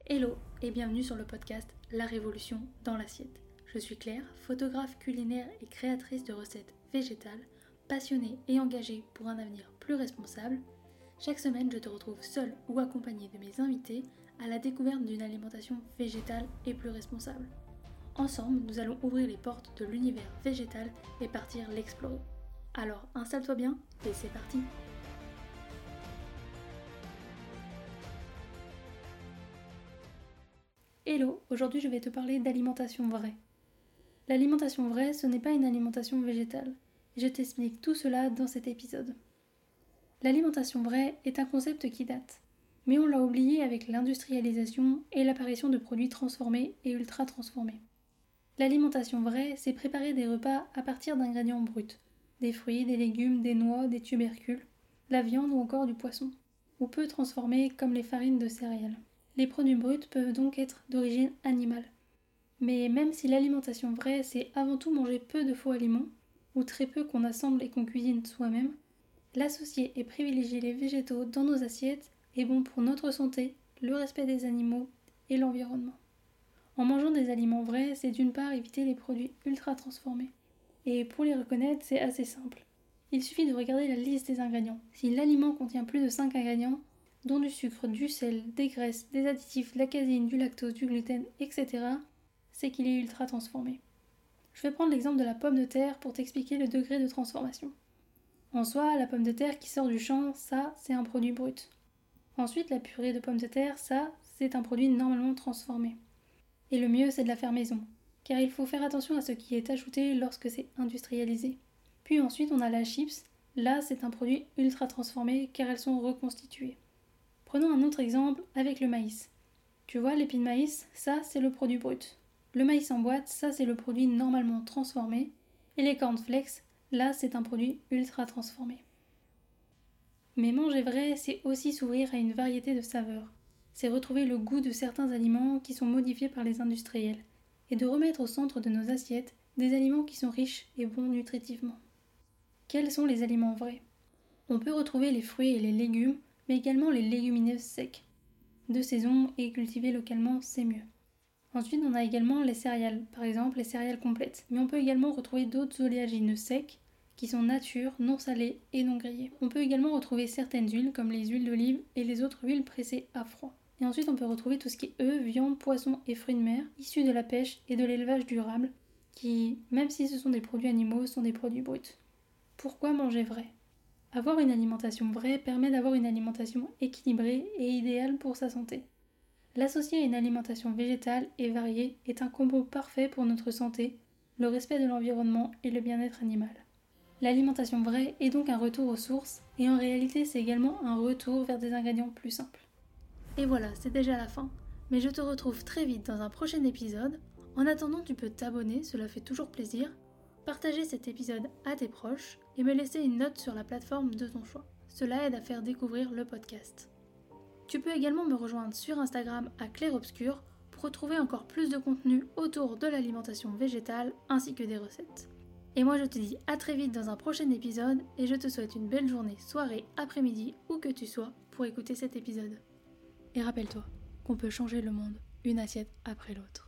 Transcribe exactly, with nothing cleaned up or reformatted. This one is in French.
Hello et bienvenue sur le podcast La Révolution dans l'assiette. Je suis Claire, photographe culinaire et créatrice de recettes végétales, passionnée et engagée pour un avenir plus responsable. Chaque semaine, je te retrouve seule ou accompagnée de mes invités à la découverte d'une alimentation végétale et plus responsable. Ensemble, nous allons ouvrir les portes de l'univers végétal et partir l'explorer. Alors installe-toi bien et c'est parti! Hello, aujourd'hui je vais te parler d'alimentation vraie. L'alimentation vraie, ce n'est pas une alimentation végétale. Je t'explique tout cela dans cet épisode. L'alimentation vraie est un concept qui date, mais on l'a oublié avec l'industrialisation et l'apparition de produits transformés et ultra transformés. L'alimentation vraie, c'est préparer des repas à partir d'ingrédients bruts, des fruits, des légumes, des noix, des tubercules, la viande ou encore du poisson, ou peu transformés comme les farines de céréales. Les produits bruts peuvent donc être d'origine animale. Mais même si l'alimentation vraie, c'est avant tout manger peu de faux aliments, ou très peu qu'on assemble et qu'on cuisine soi-même, l'associer et privilégier les végétaux dans nos assiettes est bon pour notre santé, le respect des animaux et l'environnement. En mangeant des aliments vrais, c'est d'une part éviter les produits ultra transformés. Et pour les reconnaître, c'est assez simple. Il suffit de regarder la liste des ingrédients. Si l'aliment contient plus de cinq ingrédients, dont du sucre, du sel, des graisses, des additifs, de la caséine, du lactose, du gluten, et cetera, c'est qu'il est ultra transformé. Je vais prendre l'exemple de la pomme de terre pour t'expliquer le degré de transformation. En soi, la pomme de terre qui sort du champ, ça, c'est un produit brut. Ensuite, la purée de pommes de terre, ça, c'est un produit normalement transformé. Et le mieux, c'est de la faire maison, car il faut faire attention à ce qui est ajouté lorsque c'est industrialisé. Puis ensuite, on a la chips, là, c'est un produit ultra transformé car elles sont reconstituées. Prenons un autre exemple avec le maïs. Tu vois, l'épi de maïs, ça c'est le produit brut. Le maïs en boîte, ça c'est le produit normalement transformé. Et les cornflakes, là c'est un produit ultra transformé. Mais manger vrai, c'est aussi s'ouvrir à une variété de saveurs. C'est retrouver le goût de certains aliments qui sont modifiés par les industriels. Et de remettre au centre de nos assiettes des aliments qui sont riches et bons nutritivement. Quels sont les aliments vrais ? On peut retrouver les fruits et les légumes, mais également les légumineuses secs. De saison et cultivées localement, c'est mieux. Ensuite, on a également les céréales, par exemple les céréales complètes. Mais on peut également retrouver d'autres oléagineux secs, qui sont nature, non salés et non grillés. On peut également retrouver certaines huiles, comme les huiles d'olive et les autres huiles pressées à froid. Et ensuite, on peut retrouver tout ce qui est œufs, viande, poissons et fruits de mer, issus de la pêche et de l'élevage durable, qui, même si ce sont des produits animaux, sont des produits bruts. Pourquoi manger vrai ? Avoir une alimentation vraie permet d'avoir une alimentation équilibrée et idéale pour sa santé. L'associer à une alimentation végétale et variée est un combo parfait pour notre santé, le respect de l'environnement et le bien-être animal. L'alimentation vraie est donc un retour aux sources et en réalité c'est également un retour vers des ingrédients plus simples. Et voilà, c'est déjà la fin, mais je te retrouve très vite dans un prochain épisode. En attendant, tu peux t'abonner, cela fait toujours plaisir, partager cet épisode à tes proches et me laisser une note sur la plateforme de ton choix. Cela aide à faire découvrir le podcast. Tu peux également me rejoindre sur Instagram à Claire Obscur pour retrouver encore plus de contenu autour de l'alimentation végétale ainsi que des recettes. Et moi je te dis à très vite dans un prochain épisode et je te souhaite une belle journée, soirée, après-midi, où que tu sois pour écouter cet épisode. Et rappelle-toi qu'on peut changer le monde une assiette après l'autre.